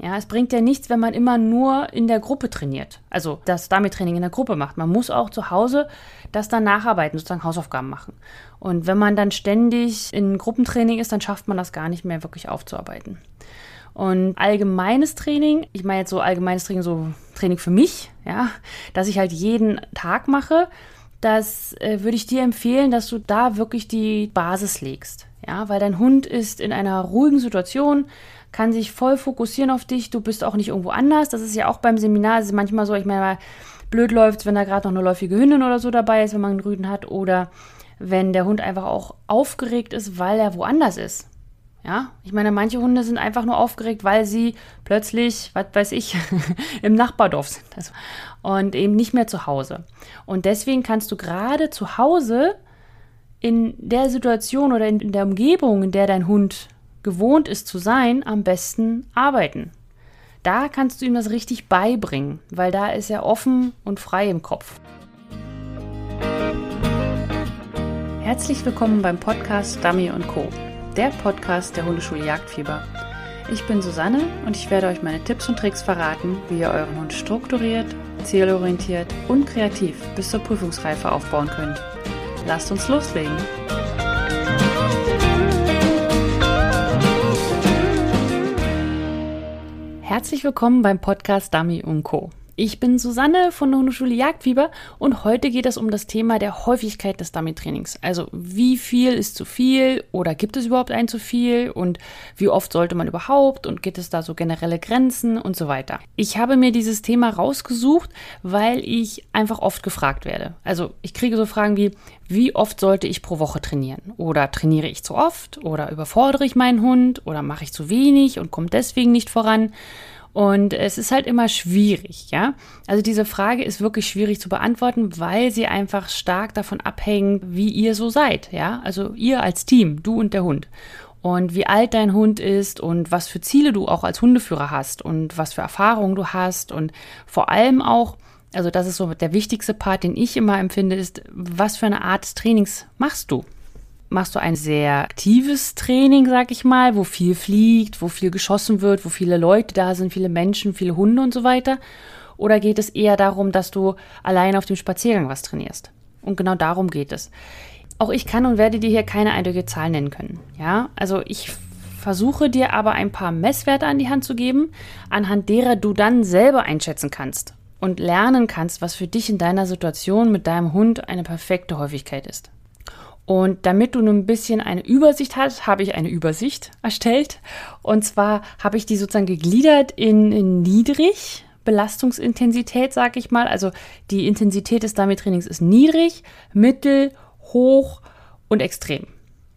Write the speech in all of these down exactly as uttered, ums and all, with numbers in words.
Ja, es bringt ja nichts, wenn man immer nur in der Gruppe trainiert. Also das Dummy-Training in der Gruppe macht. Man muss auch zu Hause das dann nacharbeiten, sozusagen Hausaufgaben machen. Und wenn man dann ständig in Gruppentraining ist, dann schafft man das gar nicht mehr wirklich aufzuarbeiten. Und allgemeines Training, ich meine jetzt so allgemeines Training, so Training für mich, ja, dass ich halt jeden Tag mache, das äh, würde ich dir empfehlen, dass du da wirklich die Basis legst. Ja, weil dein Hund ist in einer ruhigen Situation, kann sich voll fokussieren auf dich, du bist auch nicht irgendwo anders. Das ist ja auch beim Seminar, das ist manchmal so, ich meine, blöd läuft, wenn da gerade noch eine läufige Hündin oder so dabei ist, wenn man einen Rüden hat, oder wenn der Hund einfach auch aufgeregt ist, weil er woanders ist. Ja, ich meine, manche Hunde sind einfach nur aufgeregt, weil sie plötzlich, was weiß ich, im Nachbardorf sind also, und eben nicht mehr zu Hause. Und deswegen kannst du gerade zu Hause in der Situation oder in der Umgebung, in der dein Hund gewohnt ist zu sein, am besten arbeiten. Da kannst du ihm das richtig beibringen, weil da ist er offen und frei im Kopf. Herzlich willkommen beim Podcast Dummy und Co., der Podcast der Hundeschule Jagdfieber. Ich bin Susanne und ich werde euch meine Tipps und Tricks verraten, wie ihr euren Hund strukturiert, zielorientiert und kreativ bis zur Prüfungsreife aufbauen könnt. Lasst uns loslegen! Herzlich willkommen beim Podcast Dummy und Co. Ich bin Susanne von der Hundeschule Jagdfieber und heute geht es um das Thema der Häufigkeit des Dummy-Trainings. Also wie viel ist zu viel oder gibt es überhaupt ein zu viel und wie oft sollte man überhaupt und gibt es da so generelle Grenzen und so weiter. Ich habe mir dieses Thema rausgesucht, weil ich einfach oft gefragt werde. Also ich kriege so Fragen wie, wie oft sollte ich pro Woche trainieren? Oder trainiere ich zu oft? Oder überfordere ich meinen Hund? Oder mache ich zu wenig und komme deswegen nicht voran? Und es ist halt immer schwierig, ja. Also diese Frage ist wirklich schwierig zu beantworten, weil sie einfach stark davon abhängt, wie ihr so seid, ja. Also ihr als Team, du und der Hund. Und wie alt dein Hund ist und was für Ziele du auch als Hundeführer hast und was für Erfahrungen du hast und vor allem auch, also das ist so der wichtigste Part, den ich immer empfinde, ist, was für eine Art des Trainings machst du? Machst du ein sehr aktives Training, sag ich mal, wo viel fliegt, wo viel geschossen wird, wo viele Leute da sind, viele Menschen, viele Hunde und so weiter? Oder geht es eher darum, dass du allein auf dem Spaziergang was trainierst? Und genau darum geht es. Auch ich kann und werde dir hier keine eindeutige Zahl nennen können. Ja, also ich versuche dir aber ein paar Messwerte an die Hand zu geben, anhand derer du dann selber einschätzen kannst und lernen kannst, was für dich in deiner Situation mit deinem Hund eine perfekte Häufigkeit ist. Und damit du nur ein bisschen eine Übersicht hast, habe ich eine Übersicht erstellt. Und zwar habe ich die sozusagen gegliedert in, in niedrig, Belastungsintensität, sage ich mal. Also die Intensität des Dummy-Trainings ist niedrig, mittel, hoch und extrem.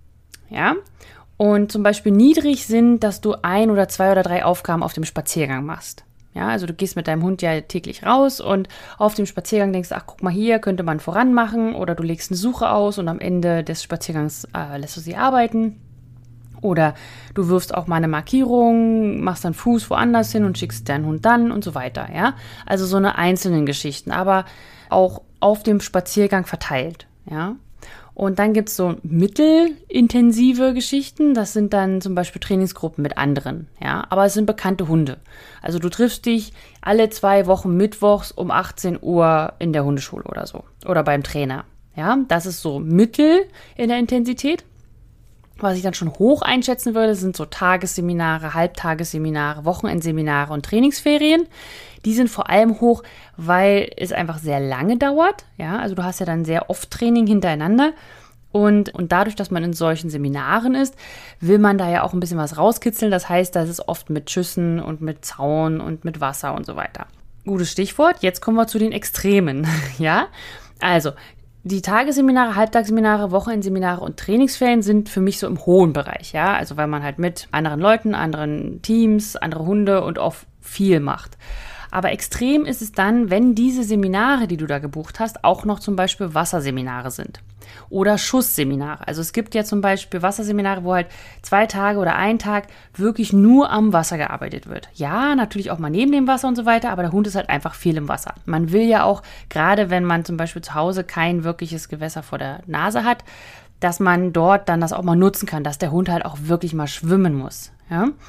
Ja? Und zum Beispiel niedrig sind, dass du ein oder zwei oder drei Aufgaben auf dem Spaziergang machst. Ja, also du gehst mit deinem Hund ja täglich raus und auf dem Spaziergang denkst, ach guck mal hier, könnte man voran machen, oder du legst eine Suche aus und am Ende des Spaziergangs äh, lässt du sie arbeiten. Oder du wirfst auch mal eine Markierung, machst dann Fuß woanders hin und schickst deinen Hund dann und so weiter. Ja, also so eine einzelnen Geschichten, aber auch auf dem Spaziergang verteilt. Ja. Und dann gibt es so mittelintensive Geschichten, das sind dann zum Beispiel Trainingsgruppen mit anderen, ja, aber es sind bekannte Hunde. Also du triffst dich alle zwei Wochen mittwochs um achtzehn Uhr in der Hundeschule oder so oder beim Trainer, ja, das ist so mittel in der Intensität. Was ich dann schon hoch einschätzen würde, sind so Tagesseminare, Halbtagesseminare, Wochenendseminare und Trainingsferien. Die sind vor allem hoch, weil es einfach sehr lange dauert. Ja, also du hast ja dann sehr oft Training hintereinander. Und, und dadurch, dass man in solchen Seminaren ist, will man da ja auch ein bisschen was rauskitzeln. Das heißt, das ist oft mit Schüssen und mit Zaun und mit Wasser und so weiter. Gutes Stichwort. Jetzt kommen wir zu den Extremen. Ja, also die Tagesseminare, Halbtagsseminare, Wochenendseminare und Trainingsferien sind für mich so im hohen Bereich, ja, also weil man halt mit anderen Leuten, anderen Teams, andere Hunde und oft viel macht. Aber extrem ist es dann, wenn diese Seminare, die du da gebucht hast, auch noch zum Beispiel Wasserseminare sind oder Schussseminare. Also es gibt ja zum Beispiel Wasserseminare, wo halt zwei Tage oder ein Tag wirklich nur am Wasser gearbeitet wird. Ja, natürlich auch mal neben dem Wasser und so weiter, aber der Hund ist halt einfach viel im Wasser. Man will ja auch, gerade wenn man zum Beispiel zu Hause kein wirkliches Gewässer vor der Nase hat, dass man dort dann das auch mal nutzen kann, dass der Hund halt auch wirklich mal schwimmen muss. Ja?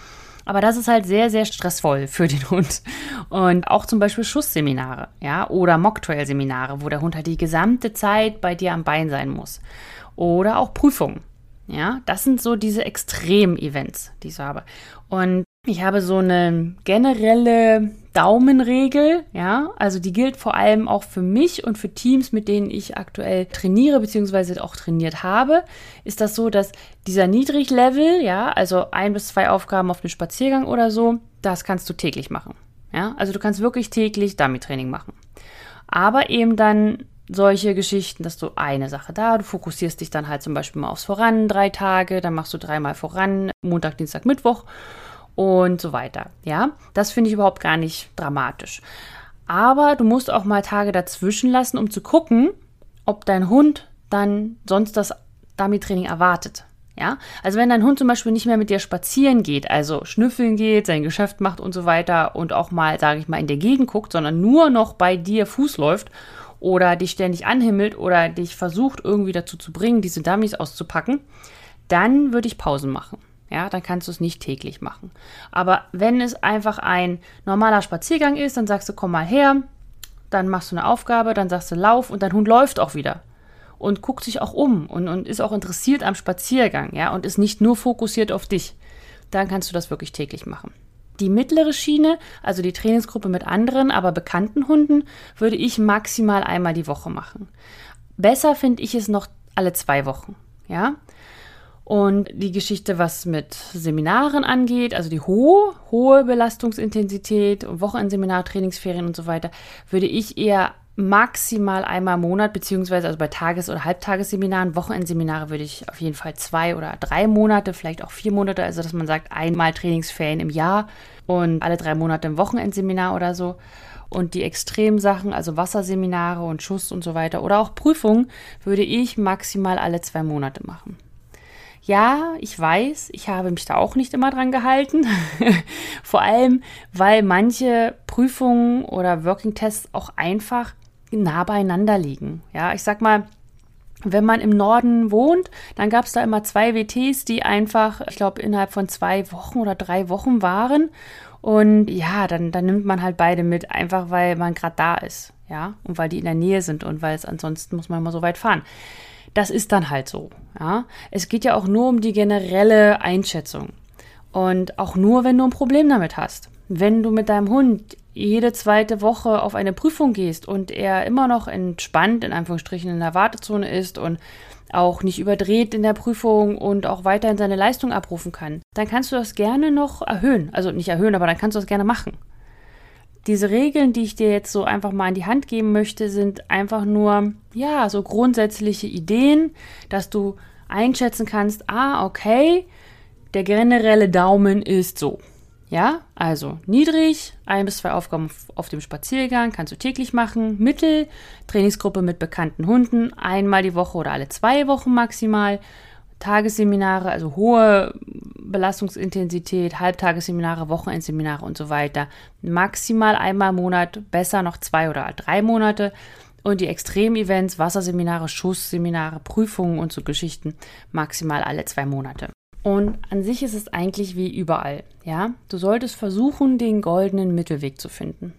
Aber das ist halt sehr, sehr stressvoll für den Hund. Und auch zum Beispiel Schussseminare, ja, oder Mocktrail-Seminare, wo der Hund halt die gesamte Zeit bei dir am Bein sein muss. Oder auch Prüfungen, ja. Das sind so diese Extrem-Events, die ich so habe. Und ich habe so eine generelle Daumenregel, ja, also die gilt vor allem auch für mich und für Teams, mit denen ich aktuell trainiere bzw. auch trainiert habe, ist das so, dass dieser Niedriglevel, ja, also ein bis zwei Aufgaben auf dem Spaziergang oder so, das kannst du täglich machen, ja, also du kannst wirklich täglich Dummy-Training machen, aber eben dann solche Geschichten, dass du eine Sache da, du fokussierst dich dann halt zum Beispiel mal aufs Voran, drei Tage, dann machst du dreimal Voran, Montag, Dienstag, Mittwoch und so weiter, ja. Das finde ich überhaupt gar nicht dramatisch. Aber du musst auch mal Tage dazwischen lassen, um zu gucken, ob dein Hund dann sonst das Dummy-Training erwartet, ja. Also wenn dein Hund zum Beispiel nicht mehr mit dir spazieren geht, also schnüffeln geht, sein Geschäft macht und so weiter und auch mal, sage ich mal, in der Gegend guckt, sondern nur noch bei dir Fuß läuft oder dich ständig anhimmelt oder dich versucht irgendwie dazu zu bringen, diese Dummies auszupacken, dann würde ich Pausen machen. Ja, dann kannst du es nicht täglich machen. Aber wenn es einfach ein normaler Spaziergang ist, dann sagst du, komm mal her, dann machst du eine Aufgabe, dann sagst du, lauf und dein Hund läuft auch wieder und guckt sich auch um und, und ist auch interessiert am Spaziergang, ja, und ist nicht nur fokussiert auf dich. Dann kannst du das wirklich täglich machen. Die mittlere Schiene, also die Trainingsgruppe mit anderen, aber bekannten Hunden, würde ich maximal einmal die Woche machen. Besser finde ich es noch alle zwei Wochen, ja. Und die Geschichte, was mit Seminaren angeht, also die hohe, hohe Belastungsintensität, Wochenendseminar, Trainingsferien und so weiter, würde ich eher maximal einmal im Monat, beziehungsweise also bei Tages- oder Halbtagesseminaren, Wochenendseminare würde ich auf jeden Fall zwei oder drei Monate, vielleicht auch vier Monate, also dass man sagt, einmal Trainingsferien im Jahr und alle drei Monate ein Wochenendseminar oder so. Und die Extremsachen, also Wasserseminare und Schuss und so weiter oder auch Prüfungen, würde ich maximal alle zwei Monate machen. Ja, ich weiß, ich habe mich da auch nicht immer dran gehalten. Vor allem, weil manche Prüfungen oder Working Tests auch einfach nah beieinander liegen. Ja, ich sag mal, wenn man im Norden wohnt, dann gab es da immer zwei W Ts, die einfach, ich glaube, innerhalb von zwei Wochen oder drei Wochen waren. Und ja, dann, dann nimmt man halt beide mit, einfach weil man gerade da ist. Ja, und weil die in der Nähe sind und weil es ansonsten muss man immer so weit fahren. Das ist dann halt so, ja. Es geht ja auch nur um die generelle Einschätzung und auch nur, wenn du ein Problem damit hast. Wenn du mit deinem Hund jede zweite Woche auf eine Prüfung gehst und er immer noch entspannt, in Anführungsstrichen, in der Wartezone ist und auch nicht überdreht in der Prüfung und auch weiterhin seine Leistung abrufen kann, dann kannst du das gerne noch erhöhen. Also nicht erhöhen, aber dann kannst du das gerne machen. Diese Regeln, die ich dir jetzt so einfach mal in die Hand geben möchte, sind einfach nur, ja, so grundsätzliche Ideen, dass du einschätzen kannst, ah, okay, der generelle Daumen ist so. Ja, also niedrig, ein bis zwei Aufgaben auf dem Spaziergang kannst du täglich machen, mittel, Trainingsgruppe mit bekannten Hunden, einmal die Woche oder alle zwei Wochen maximal, Tagesseminare, also hohe Belastungsintensität, Halbtagesseminare, Wochenendseminare und so weiter. Maximal einmal im Monat, besser noch zwei oder drei Monate. Und die Extremevents, Wasserseminare, Schussseminare, Prüfungen und so Geschichten maximal alle zwei Monate. Und an sich ist es eigentlich wie überall, ja. Du solltest versuchen, den goldenen Mittelweg zu finden.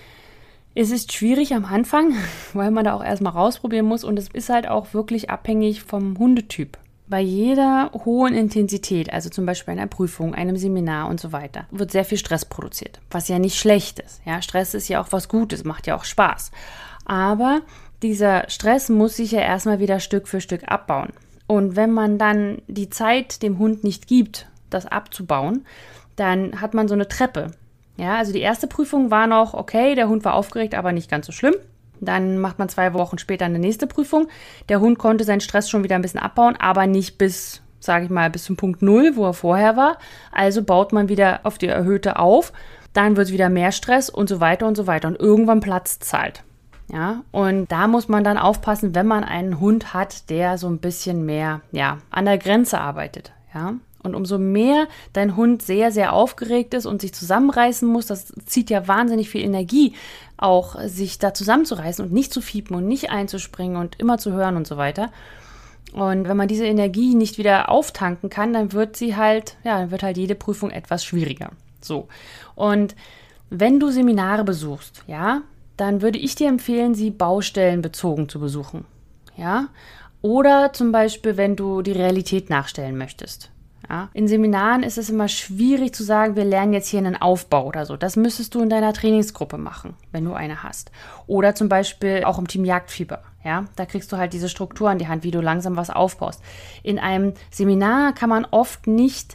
Es ist schwierig am Anfang, weil man da auch erstmal rausprobieren muss und es ist halt auch wirklich abhängig vom Hundetyp. Bei jeder hohen Intensität, also zum Beispiel einer Prüfung, einem Seminar und so weiter, wird sehr viel Stress produziert, was ja nicht schlecht ist. Ja, Stress ist ja auch was Gutes, macht ja auch Spaß. Aber dieser Stress muss sich ja erstmal wieder Stück für Stück abbauen. Und wenn man dann die Zeit dem Hund nicht gibt, das abzubauen, dann hat man so eine Treppe. Ja, also die erste Prüfung war noch okay, der Hund war aufgeregt, aber nicht ganz so schlimm. Dann macht man zwei Wochen später eine nächste Prüfung. Der Hund konnte seinen Stress schon wieder ein bisschen abbauen, aber nicht bis, sage ich mal, bis zum Punkt Null, wo er vorher war. Also baut man wieder auf die Erhöhte auf. Dann wird es wieder mehr Stress und so weiter und so weiter. Und irgendwann platzt es halt. Ja, und da muss man dann aufpassen, wenn man einen Hund hat, der so ein bisschen mehr, ja, an der Grenze arbeitet. Ja, und umso mehr dein Hund sehr, sehr aufgeregt ist und sich zusammenreißen muss, das zieht ja wahnsinnig viel Energie, auch sich da zusammenzureißen und nicht zu fiepen und nicht einzuspringen und immer zu hören und so weiter. Und wenn man diese Energie nicht wieder auftanken kann, dann wird sie halt, ja, dann wird halt jede Prüfung etwas schwieriger. So. Und wenn du Seminare besuchst, ja, dann würde ich dir empfehlen, sie baustellenbezogen zu besuchen. Ja. Oder zum Beispiel, wenn du die Realität nachstellen möchtest. Ja. In Seminaren ist es immer schwierig zu sagen, wir lernen jetzt hier einen Aufbau oder so. Das müsstest du in deiner Trainingsgruppe machen, wenn du eine hast. Oder zum Beispiel auch im Team Jagdfieber. Ja, da kriegst du halt diese Struktur an die Hand, wie du langsam was aufbaust. In einem Seminar kann man oft nicht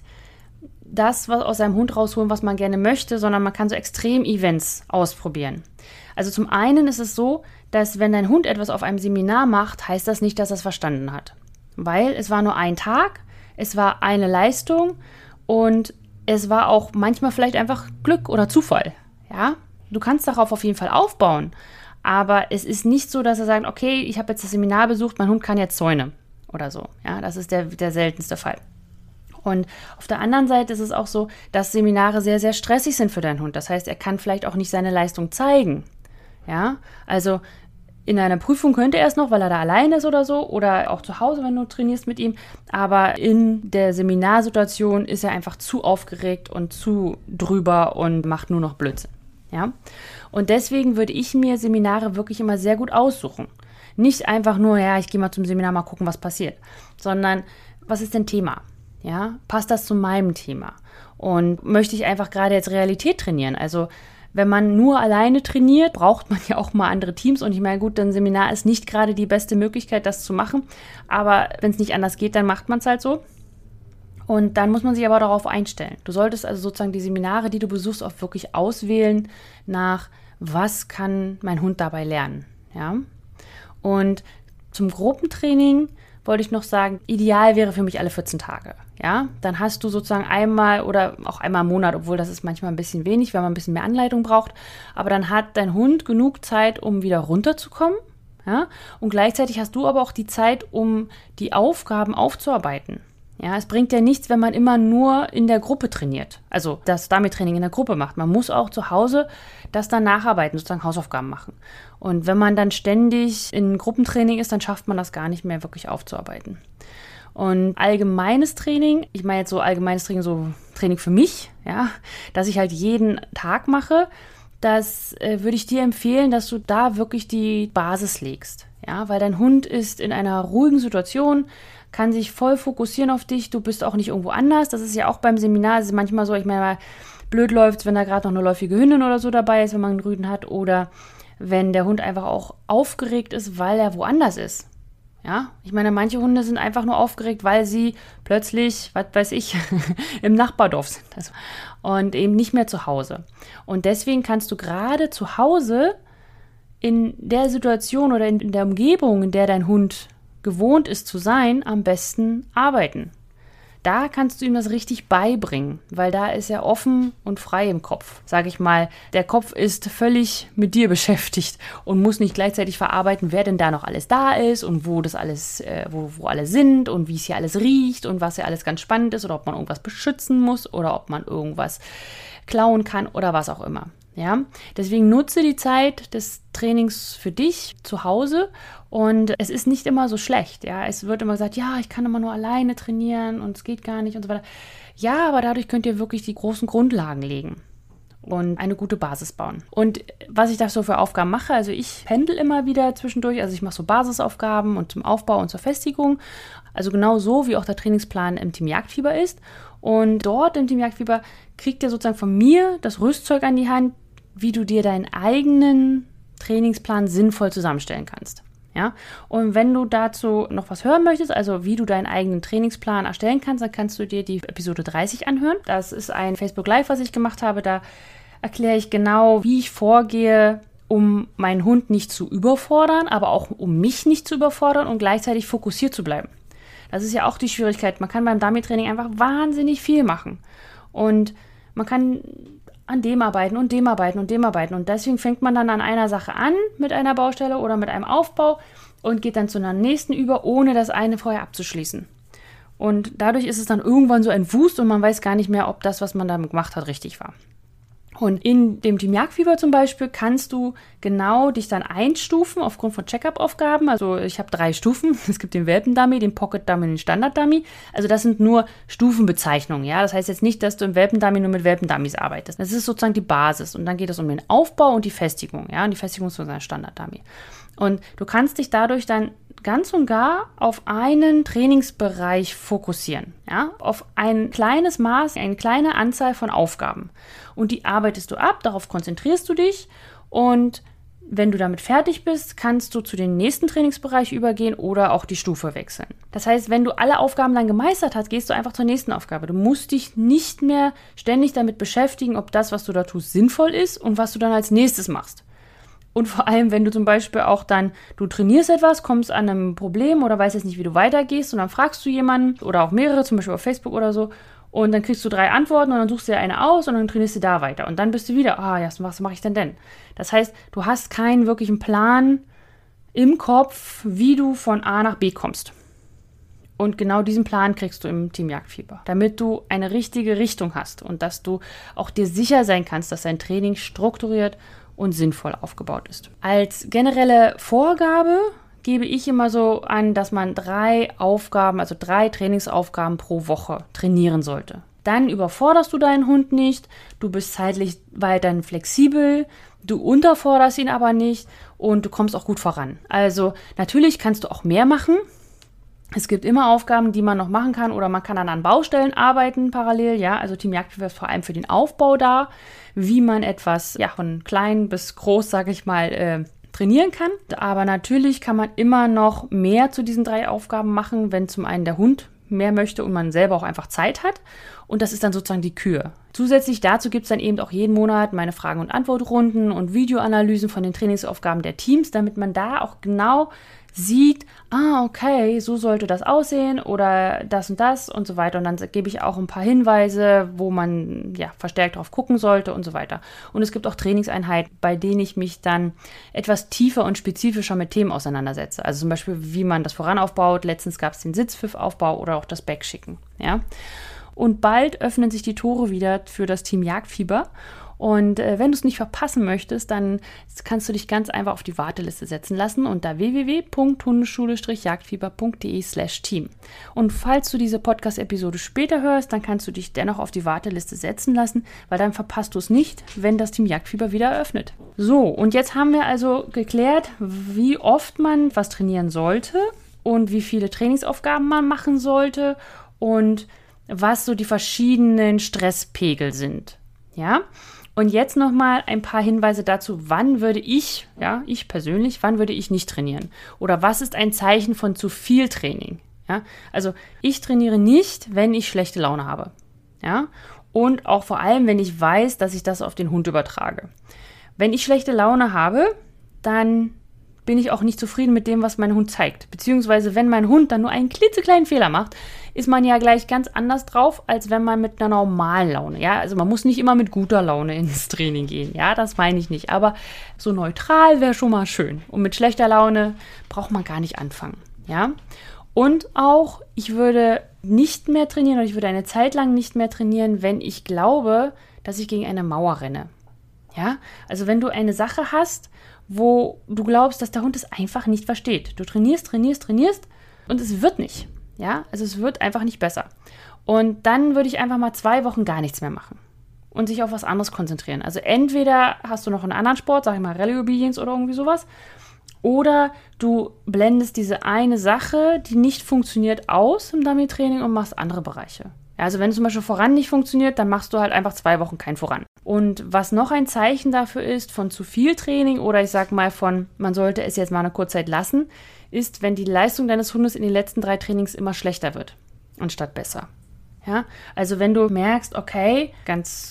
das was aus seinem Hund rausholen, was man gerne möchte, sondern man kann so Extrem-Events ausprobieren. Also zum einen ist es so, dass wenn dein Hund etwas auf einem Seminar macht, heißt das nicht, dass er es verstanden hat. Weil es war nur ein Tag, es war eine Leistung und es war auch manchmal vielleicht einfach Glück oder Zufall. Ja, du kannst darauf auf jeden Fall aufbauen. Aber es ist nicht so, dass er sagt, okay, ich habe jetzt das Seminar besucht, mein Hund kann jetzt Zäune oder so. Ja, das ist der, der seltenste Fall. Und auf der anderen Seite ist es auch so, dass Seminare sehr, sehr stressig sind für deinen Hund. Das heißt, er kann vielleicht auch nicht seine Leistung zeigen. Ja, also in einer Prüfung könnte er es noch, weil er da allein ist oder so, oder auch zu Hause, wenn du trainierst mit ihm. Aber in der Seminarsituation ist er einfach zu aufgeregt und zu drüber und macht nur noch Blödsinn. Ja, und deswegen würde ich mir Seminare wirklich immer sehr gut aussuchen. Nicht einfach nur, ja, ich gehe mal zum Seminar, mal gucken, was passiert, sondern was ist denn Thema? Ja, passt das zu meinem Thema? Und möchte ich einfach gerade jetzt Realität trainieren? Also wenn man nur alleine trainiert, braucht man ja auch mal andere Teams. Und ich meine, gut, ein Seminar ist nicht gerade die beste Möglichkeit, das zu machen. Aber wenn es nicht anders geht, dann macht man es halt so. Und dann muss man sich aber darauf einstellen. Du solltest also sozusagen die Seminare, die du besuchst, auch wirklich auswählen nach, was kann mein Hund dabei lernen. Ja? Und zum Gruppentraining wollte ich noch sagen, ideal wäre für mich alle vierzehn Tage. Ja? Dann hast du sozusagen einmal oder auch einmal im Monat, obwohl das ist manchmal ein bisschen wenig, weil man ein bisschen mehr Anleitung braucht. Aber dann hat dein Hund genug Zeit, um wieder runterzukommen. Ja? Und gleichzeitig hast du aber auch die Zeit, um die Aufgaben aufzuarbeiten. Ja, es bringt ja nichts, wenn man immer nur in der Gruppe trainiert. Also das Dummy-Training in der Gruppe macht. Man muss auch zu Hause das dann nacharbeiten, sozusagen Hausaufgaben machen. Und wenn man dann ständig in Gruppentraining ist, dann schafft man das gar nicht mehr wirklich aufzuarbeiten. Und allgemeines Training, ich meine jetzt so allgemeines Training, so Training für mich, ja, dass ich halt jeden Tag mache, das äh, würde ich dir empfehlen, dass du da wirklich die Basis legst. Ja, weil dein Hund ist in einer ruhigen Situation, kann sich voll fokussieren auf dich, du bist auch nicht irgendwo anders. Das ist ja auch beim Seminar, es ist manchmal so, ich meine, blöd läuft, wenn da gerade noch eine läufige Hündin oder so dabei ist, wenn man einen Rüden hat, oder wenn der Hund einfach auch aufgeregt ist, weil er woanders ist. Ja, ich meine, manche Hunde sind einfach nur aufgeregt, weil sie plötzlich, was weiß ich, im Nachbardorf sind also, und eben nicht mehr zu Hause. Und deswegen kannst du gerade zu Hause in der Situation oder in der Umgebung, in der dein Hund gewohnt ist zu sein, am besten arbeiten. Da kannst du ihm das richtig beibringen, weil da ist er offen und frei im Kopf. Sage ich mal, der Kopf ist völlig mit dir beschäftigt und muss nicht gleichzeitig verarbeiten, wer denn da noch alles da ist und wo das alles, äh, wo, wo alle sind und wie es hier alles riecht und was ja alles ganz spannend ist oder ob man irgendwas beschützen muss oder ob man irgendwas klauen kann oder was auch immer. Ja, deswegen nutze die Zeit des Trainings für dich zu Hause und es ist nicht immer so schlecht. Ja, es wird immer gesagt, ja, ich kann immer nur alleine trainieren und es geht gar nicht und so weiter. Ja, aber dadurch könnt ihr wirklich die großen Grundlagen legen und eine gute Basis bauen. Und was ich da so für Aufgaben mache, also ich pendel immer wieder zwischendurch, also ich mache so Basisaufgaben und zum Aufbau und zur Festigung, also genau so, wie auch der Trainingsplan im Team Jagdfieber ist. Und dort im Team Jagdfieber kriegt ihr sozusagen von mir das Rüstzeug an die Hand, wie du dir deinen eigenen Trainingsplan sinnvoll zusammenstellen kannst. Ja? Und wenn du dazu noch was hören möchtest, also wie du deinen eigenen Trainingsplan erstellen kannst, dann kannst du dir die Episode dreißig anhören. Das ist ein Facebook Live, was ich gemacht habe. Da erkläre ich genau, wie ich vorgehe, um meinen Hund nicht zu überfordern, aber auch um mich nicht zu überfordern und gleichzeitig fokussiert zu bleiben. Das ist ja auch die Schwierigkeit. Man kann beim Dummy-Training einfach wahnsinnig viel machen. Und man kann an dem arbeiten und dem arbeiten und dem arbeiten. Und deswegen fängt man dann an einer Sache an mit einer Baustelle oder mit einem Aufbau und geht dann zu einer nächsten über, ohne das eine vorher abzuschließen. Und dadurch ist es dann irgendwann so ein Wust und man weiß gar nicht mehr, ob das, was man da gemacht hat, richtig war. Und in dem Team Jagdfieber zum Beispiel kannst du genau dich dann einstufen aufgrund von Check-up-Aufgaben. Also ich habe drei Stufen. Es gibt den Welpen-Dummy, den Pocket-Dummy und den Standard-Dummy. Also das sind nur Stufenbezeichnungen. Ja? Das heißt jetzt nicht, dass du im Welpen-Dummy nur mit Welpen-Dummies arbeitest. Das ist sozusagen die Basis. Und dann geht es um den Aufbau und die Festigung. Ja? Und die Festigung ist so ein Standard-Dummy. Und du kannst dich dadurch dann ganz und gar auf einen Trainingsbereich fokussieren, ja, auf ein kleines Maß, eine kleine Anzahl von Aufgaben. Und die arbeitest du ab, darauf konzentrierst du dich und wenn du damit fertig bist, kannst du zu dem nächsten Trainingsbereich übergehen oder auch die Stufe wechseln. Das heißt, wenn du alle Aufgaben dann gemeistert hast, gehst du einfach zur nächsten Aufgabe. Du musst dich nicht mehr ständig damit beschäftigen, ob das, was du da tust, sinnvoll ist und was du dann als nächstes machst. Und vor allem, wenn du zum Beispiel auch dann, du trainierst etwas, kommst an einem Problem oder weißt jetzt nicht, wie du weitergehst und dann fragst du jemanden oder auch mehrere, zum Beispiel auf Facebook oder so, und dann kriegst du drei Antworten und dann suchst du dir eine aus und dann trainierst du da weiter. Und dann bist du wieder, ah ja, was mache ich denn denn? Das heißt, du hast keinen wirklichen Plan im Kopf, wie du von A nach B kommst. Und genau diesen Plan kriegst du im Team Jagdfieber, damit du eine richtige Richtung hast und dass du auch dir sicher sein kannst, dass dein Training strukturiert und sinnvoll aufgebaut ist. Als generelle Vorgabe gebe ich immer so an, dass man drei Aufgaben, also drei Trainingsaufgaben pro Woche trainieren sollte. Dann überforderst du deinen Hund nicht, du bist zeitlich weiterhin flexibel, du unterforderst ihn aber nicht und du kommst auch gut voran. Also natürlich kannst du auch mehr machen. Es gibt immer Aufgaben, die man noch machen kann oder man kann dann an Baustellen arbeiten parallel. Ja, also Team Jagdfieber ist vor allem für den Aufbau da, wie man etwas ja von klein bis groß, sage ich mal, äh, trainieren kann. Aber natürlich kann man immer noch mehr zu diesen drei Aufgaben machen, wenn zum einen der Hund mehr möchte und man selber auch einfach Zeit hat. Und das ist dann sozusagen die Kür. Zusätzlich dazu gibt es dann eben auch jeden Monat meine Fragen- und Antwortrunden und Videoanalysen von den Trainingsaufgaben der Teams, damit man da auch genau sieht, ah, okay, so sollte das aussehen oder das und das und so weiter. Und dann gebe ich auch ein paar Hinweise, wo man ja verstärkt drauf gucken sollte und so weiter. Und es gibt auch Trainingseinheiten, bei denen ich mich dann etwas tiefer und spezifischer mit Themen auseinandersetze. Also zum Beispiel, wie man das voranaufbaut. Letztens gab es den Sitzpfiffaufbau oder auch das Backschicken. Ja? Und bald öffnen sich die Tore wieder für das Team Jagdfieber. Und äh, wenn du es nicht verpassen möchtest, dann kannst du dich ganz einfach auf die Warteliste setzen lassen unter w w w punkt hundeschule jagdfieber punkt de slash team. Und falls du diese Podcast-Episode später hörst, dann kannst du dich dennoch auf die Warteliste setzen lassen, weil dann verpasst du es nicht, wenn das Team Jagdfieber wieder eröffnet. So, und jetzt haben wir also geklärt, wie oft man was trainieren sollte und wie viele Trainingsaufgaben man machen sollte und was so die verschiedenen Stresspegel sind. Ja? Und jetzt nochmal ein paar Hinweise dazu, wann würde ich, ja, ich persönlich, wann würde ich nicht trainieren? Oder was ist ein Zeichen von zu viel Training? Ja, also ich trainiere nicht, wenn ich schlechte Laune habe. Ja, und auch vor allem, wenn ich weiß, dass ich das auf den Hund übertrage. Wenn ich schlechte Laune habe, dann bin ich auch nicht zufrieden mit dem, was mein Hund zeigt. Beziehungsweise, wenn mein Hund dann nur einen klitzekleinen Fehler macht, ist man ja gleich ganz anders drauf, als wenn man mit einer normalen Laune, ja, also man muss nicht immer mit guter Laune ins Training gehen, ja, das meine ich nicht, aber so neutral wäre schon mal schön und mit schlechter Laune braucht man gar nicht anfangen, ja, und auch, ich würde nicht mehr trainieren oder ich würde eine Zeit lang nicht mehr trainieren, wenn ich glaube, dass ich gegen eine Mauer renne, ja, also wenn du eine Sache hast, wo du glaubst, dass der Hund es einfach nicht versteht, du trainierst, trainierst, trainierst und es wird nicht. Ja, also es wird einfach nicht besser. Und dann würde ich einfach mal zwei Wochen gar nichts mehr machen und sich auf was anderes konzentrieren. Also entweder hast du noch einen anderen Sport, sag ich mal Rallye Obedience oder irgendwie sowas, oder du blendest diese eine Sache, die nicht funktioniert, aus im Dummy-Training und machst andere Bereiche. Ja, also wenn zum Beispiel voran nicht funktioniert, dann machst du halt einfach zwei Wochen kein Voran. Und was noch ein Zeichen dafür ist von zu viel Training oder ich sag mal von, man sollte es jetzt mal eine Kurzzeit lassen, ist, wenn die Leistung deines Hundes in den letzten drei Trainings immer schlechter wird, anstatt besser. Ja, also wenn du merkst, okay, ganz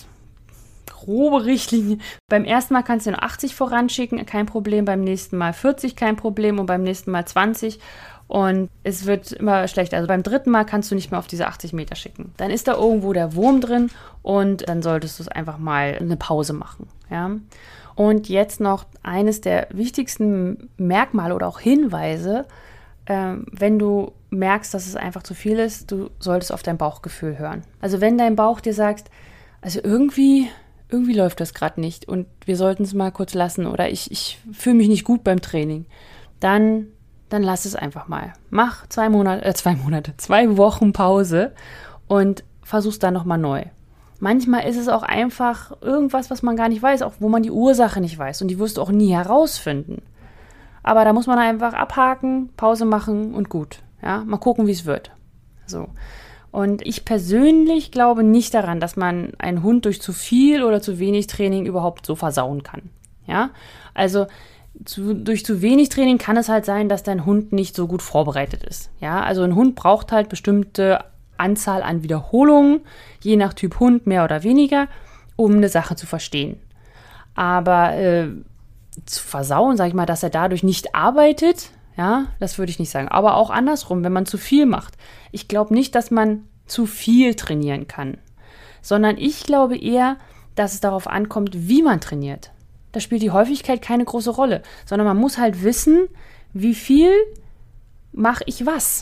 grobe Richtlinie, beim ersten Mal kannst du nur achtzig voranschicken, kein Problem, beim nächsten Mal vierzig, kein Problem und beim nächsten Mal zwanzig und es wird immer schlechter. Also beim dritten Mal kannst du nicht mehr auf diese achtzig Meter schicken. Dann ist da irgendwo der Wurm drin und dann solltest du es einfach mal eine Pause machen. Ja. Und jetzt noch eines der wichtigsten Merkmale oder auch Hinweise, ähm, wenn du merkst, dass es einfach zu viel ist, du solltest auf dein Bauchgefühl hören. Also wenn dein Bauch dir sagt, also irgendwie, irgendwie läuft das gerade nicht und wir sollten es mal kurz lassen oder ich, ich fühle mich nicht gut beim Training, dann, dann lass es einfach mal. Mach zwei Monate, äh, zwei Monate, zwei Wochen Pause und versuch's dann nochmal neu. Manchmal ist es auch einfach irgendwas, was man gar nicht weiß, auch wo man die Ursache nicht weiß und die wirst du auch nie herausfinden. Aber da muss man einfach abhaken, Pause machen und gut. Ja, mal gucken, wie es wird. So. Und ich persönlich glaube nicht daran, dass man einen Hund durch zu viel oder zu wenig Training überhaupt so versauen kann. Ja, also zu, durch zu wenig Training kann es halt sein, dass dein Hund nicht so gut vorbereitet ist. Ja, also ein Hund braucht halt bestimmte Anzahl an Wiederholungen, je nach Typ Hund mehr oder weniger, um eine Sache zu verstehen. Aber äh, zu versauen, sage ich mal, dass er dadurch nicht arbeitet, ja, das würde ich nicht sagen. Aber auch andersrum, wenn man zu viel macht. Ich glaube nicht, dass man zu viel trainieren kann, sondern ich glaube eher, dass es darauf ankommt, wie man trainiert. Da spielt die Häufigkeit keine große Rolle, sondern man muss halt wissen, wie viel mache ich was.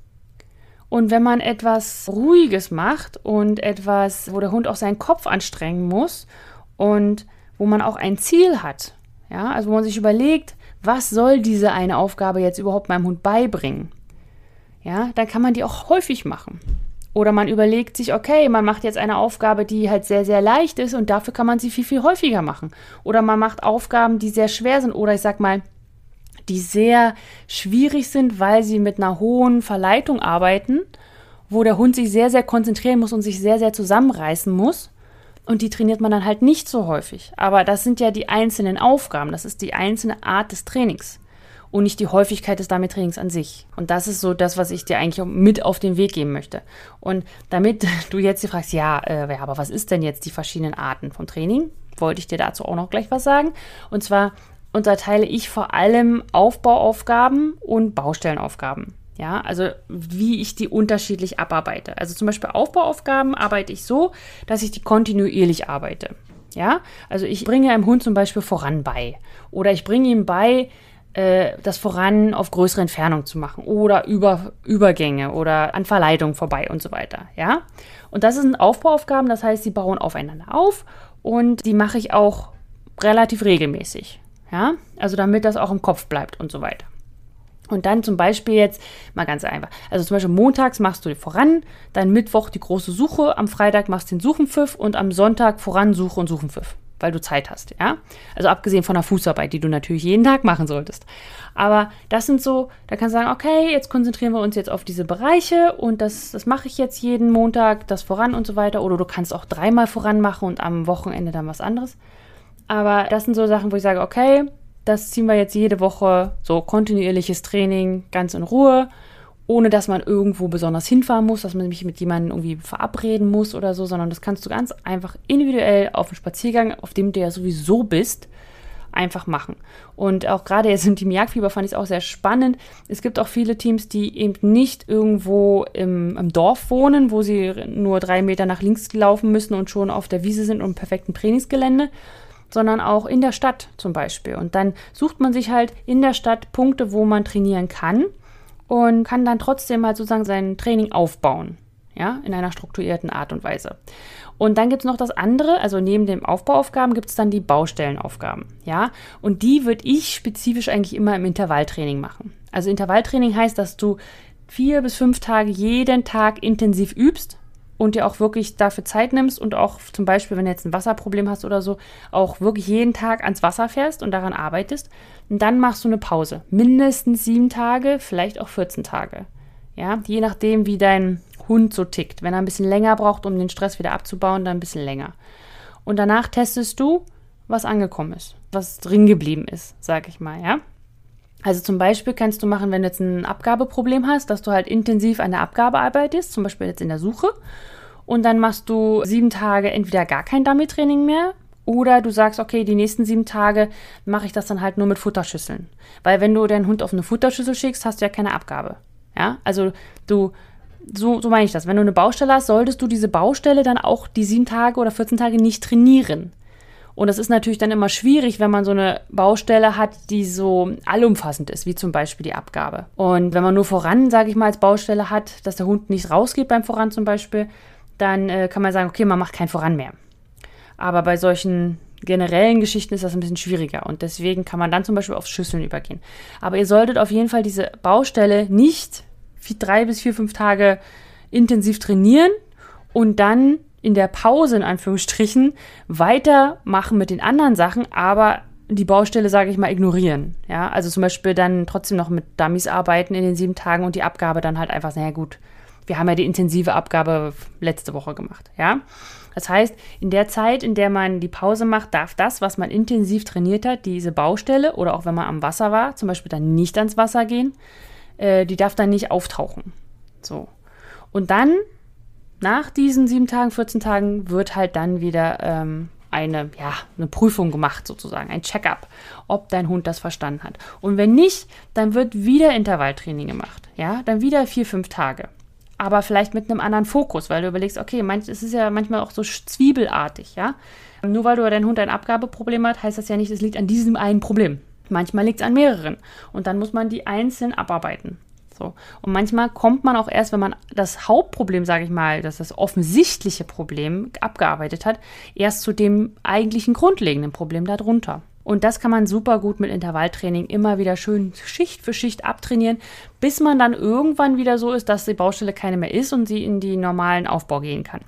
Und wenn man etwas Ruhiges macht und etwas, wo der Hund auch seinen Kopf anstrengen muss und wo man auch ein Ziel hat, ja, also wo man sich überlegt, was soll diese eine Aufgabe jetzt überhaupt meinem Hund beibringen? Ja, dann kann man die auch häufig machen. Oder man überlegt sich, okay, man macht jetzt eine Aufgabe, die halt sehr, sehr leicht ist und dafür kann man sie viel, viel häufiger machen. Oder man macht Aufgaben, die sehr schwer sind oder ich sag mal, die sehr schwierig sind, weil sie mit einer hohen Verleitung arbeiten, wo der Hund sich sehr, sehr konzentrieren muss und sich sehr, sehr zusammenreißen muss. Und die trainiert man dann halt nicht so häufig. Aber das sind ja die einzelnen Aufgaben. Das ist die einzelne Art des Trainings und nicht die Häufigkeit des Dummy-Trainings an sich. Und das ist so das, was ich dir eigentlich mit auf den Weg geben möchte. Und damit du jetzt dir fragst, ja, äh, ja, aber was ist denn jetzt die verschiedenen Arten vom Training? Wollte ich dir dazu auch noch gleich was sagen. Und zwar unterteile ich vor allem Aufbauaufgaben und Baustellenaufgaben. Ja, also wie ich die unterschiedlich abarbeite. Also zum Beispiel Aufbauaufgaben arbeite ich so, dass ich die kontinuierlich arbeite. Ja, also ich bringe einem Hund zum Beispiel voran bei. Oder ich bringe ihm bei, äh, das Voran auf größere Entfernung zu machen. Oder über Übergänge oder an Verleitung vorbei und so weiter. Ja, und das sind Aufbauaufgaben, das heißt, sie bauen aufeinander auf und die mache ich auch relativ regelmäßig. Ja, also damit das auch im Kopf bleibt und so weiter. Und dann zum Beispiel jetzt mal ganz einfach. Also zum Beispiel montags machst du voran, dann Mittwoch die große Suche, am Freitag machst du den Suchenpfiff und am Sonntag voran Suche und Suchenpfiff, weil du Zeit hast, ja. Also abgesehen von der Fußarbeit, die du natürlich jeden Tag machen solltest. Aber das sind so, da kannst du sagen, okay, jetzt konzentrieren wir uns jetzt auf diese Bereiche und das, das mache ich jetzt jeden Montag, das voran und so weiter. Oder du kannst auch dreimal voran machen und am Wochenende dann was anderes. Aber das sind so Sachen, wo ich sage, okay, das ziehen wir jetzt jede Woche, so kontinuierliches Training, ganz in Ruhe, ohne dass man irgendwo besonders hinfahren muss, dass man sich mit jemandem irgendwie verabreden muss oder so, sondern das kannst du ganz einfach individuell auf dem Spaziergang, auf dem du ja sowieso bist, einfach machen. Und auch gerade jetzt im Team Jagdfieber fand ich es auch sehr spannend. Es gibt auch viele Teams, die eben nicht irgendwo im, im Dorf wohnen, wo sie nur drei Meter nach links laufen müssen und schon auf der Wiese sind und im perfekten Trainingsgelände, sondern auch in der Stadt zum Beispiel. Und dann sucht man sich halt in der Stadt Punkte, wo man trainieren kann und kann dann trotzdem halt sozusagen sein Training aufbauen, ja, in einer strukturierten Art und Weise. Und dann gibt es noch das andere, also neben den Aufbauaufgaben gibt es dann die Baustellenaufgaben, ja, und die würde ich spezifisch eigentlich immer im Intervalltraining machen. Also Intervalltraining heißt, dass du vier bis fünf Tage jeden Tag intensiv übst und dir auch wirklich dafür Zeit nimmst und auch zum Beispiel, wenn du jetzt ein Wasserproblem hast oder so, auch wirklich jeden Tag ans Wasser fährst und daran arbeitest. Und dann machst du eine Pause. Mindestens sieben Tage, vielleicht auch vierzehn Tage. Ja, je nachdem, wie dein Hund so tickt. Wenn er ein bisschen länger braucht, um den Stress wieder abzubauen, dann ein bisschen länger. Und danach testest du, was angekommen ist, was drin geblieben ist, sag ich mal, ja. Also zum Beispiel kannst du machen, wenn du jetzt ein Abgabeproblem hast, dass du halt intensiv an der Abgabe arbeitest, zum Beispiel jetzt in der Suche. Und dann machst du sieben Tage entweder gar kein Dummy-Training mehr oder du sagst, okay, die nächsten sieben Tage mache ich das dann halt nur mit Futterschüsseln. Weil wenn du deinen Hund auf eine Futterschüssel schickst, hast du ja keine Abgabe. Ja, also du, so, so meine ich das. Wenn du eine Baustelle hast, solltest du diese Baustelle dann auch die sieben Tage oder vierzehn Tage nicht trainieren. Und das ist natürlich dann immer schwierig, wenn man so eine Baustelle hat, die so allumfassend ist, wie zum Beispiel die Abgabe. Und wenn man nur voran, sage ich mal, als Baustelle hat, dass der Hund nicht rausgeht beim Voran zum Beispiel, dann äh, kann man sagen, okay, man macht kein Voran mehr. Aber bei solchen generellen Geschichten ist das ein bisschen schwieriger und deswegen kann man dann zum Beispiel aufs Schüsseln übergehen. Aber ihr solltet auf jeden Fall diese Baustelle nicht drei bis vier, fünf Tage intensiv trainieren und dann in der Pause, in Anführungsstrichen, weitermachen mit den anderen Sachen, aber die Baustelle, sage ich mal, ignorieren. Ja, also zum Beispiel dann trotzdem noch mit Dummies arbeiten in den sieben Tagen und die Abgabe dann halt einfach, naja gut, wir haben ja die intensive Abgabe letzte Woche gemacht, ja. Das heißt, in der Zeit, in der man die Pause macht, darf das, was man intensiv trainiert hat, diese Baustelle oder auch wenn man am Wasser war, zum Beispiel dann nicht ans Wasser gehen, äh, die darf dann nicht auftauchen. So. Und dann, nach diesen sieben Tagen, vierzehn Tagen, wird halt dann wieder ähm, eine, ja, eine Prüfung gemacht sozusagen, ein Check-up, ob dein Hund das verstanden hat. Und wenn nicht, dann wird wieder Intervalltraining gemacht, ja, dann wieder vier, fünf Tage. Aber vielleicht mit einem anderen Fokus, weil du überlegst, okay, manch, es ist ja manchmal auch so zwiebelartig, ja. Nur weil du dein Hund ein Abgabeproblem hat, heißt das ja nicht, es liegt an diesem einen Problem. Manchmal liegt es an mehreren und dann muss man die einzeln abarbeiten. So. Und manchmal kommt man auch erst, wenn man das Hauptproblem, sage ich mal, das das offensichtliche Problem abgearbeitet hat, erst zu dem eigentlichen grundlegenden Problem darunter. Und das kann man super gut mit Intervalltraining immer wieder schön Schicht für Schicht abtrainieren, bis man dann irgendwann wieder so ist, dass die Baustelle keine mehr ist und sie in die normalen Aufbau gehen kann.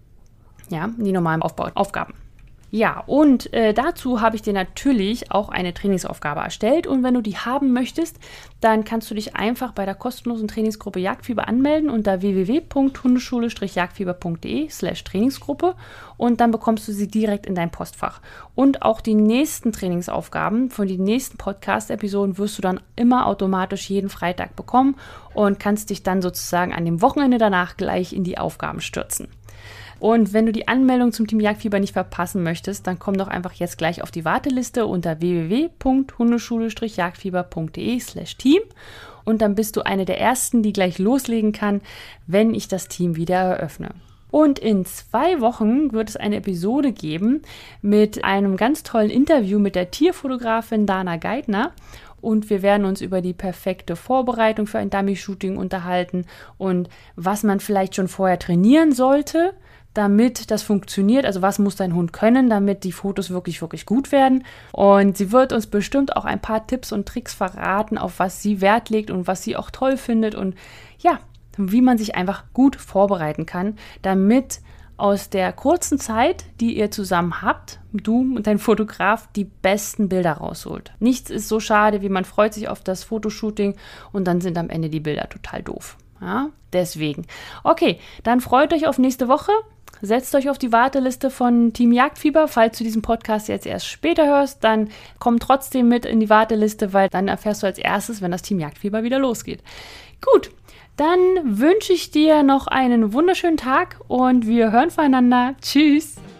Ja, in die normalen Aufbau- Aufgaben. Ja, und äh, dazu habe ich dir natürlich auch eine Trainingsaufgabe erstellt und wenn du die haben möchtest, dann kannst du dich einfach bei der kostenlosen Trainingsgruppe Jagdfieber anmelden unter w w w punkt hundeschule jagdfieber punkt de slash Trainingsgruppe und dann bekommst du sie direkt in dein Postfach. Und auch die nächsten Trainingsaufgaben von den nächsten Podcast-Episoden wirst du dann immer automatisch jeden Freitag bekommen und kannst dich dann sozusagen an dem Wochenende danach gleich in die Aufgaben stürzen. Und wenn du die Anmeldung zum Team Jagdfieber nicht verpassen möchtest, dann komm doch einfach jetzt gleich auf die Warteliste unter w w w punkt hundeschule jagdfieber punkt de slash Team und dann bist du eine der Ersten, die gleich loslegen kann, wenn ich das Team wieder eröffne. Und in zwei Wochen wird es eine Episode geben mit einem ganz tollen Interview mit der Tierfotografin Dana Geithner. Und wir werden uns über die perfekte Vorbereitung für ein Dummy-Shooting unterhalten und was man vielleicht schon vorher trainieren sollte, damit das funktioniert. Also was muss dein Hund können, damit die Fotos wirklich, wirklich gut werden. Und sie wird uns bestimmt auch ein paar Tipps und Tricks verraten, auf was sie Wert legt und was sie auch toll findet. Und ja, wie man sich einfach gut vorbereiten kann, damit aus der kurzen Zeit, die ihr zusammen habt, du und dein Fotograf, die besten Bilder rausholt. Nichts ist so schade, wie man freut sich auf das Fotoshooting und dann sind am Ende die Bilder total doof. Ja, deswegen. Okay, dann freut euch auf nächste Woche. Setzt euch auf die Warteliste von Team Jagdfieber. Falls du diesen Podcast jetzt erst später hörst, dann komm trotzdem mit in die Warteliste, weil dann erfährst du als erstes, wenn das Team Jagdfieber wieder losgeht. Gut, dann wünsche ich dir noch einen wunderschönen Tag und wir hören voneinander. Tschüss!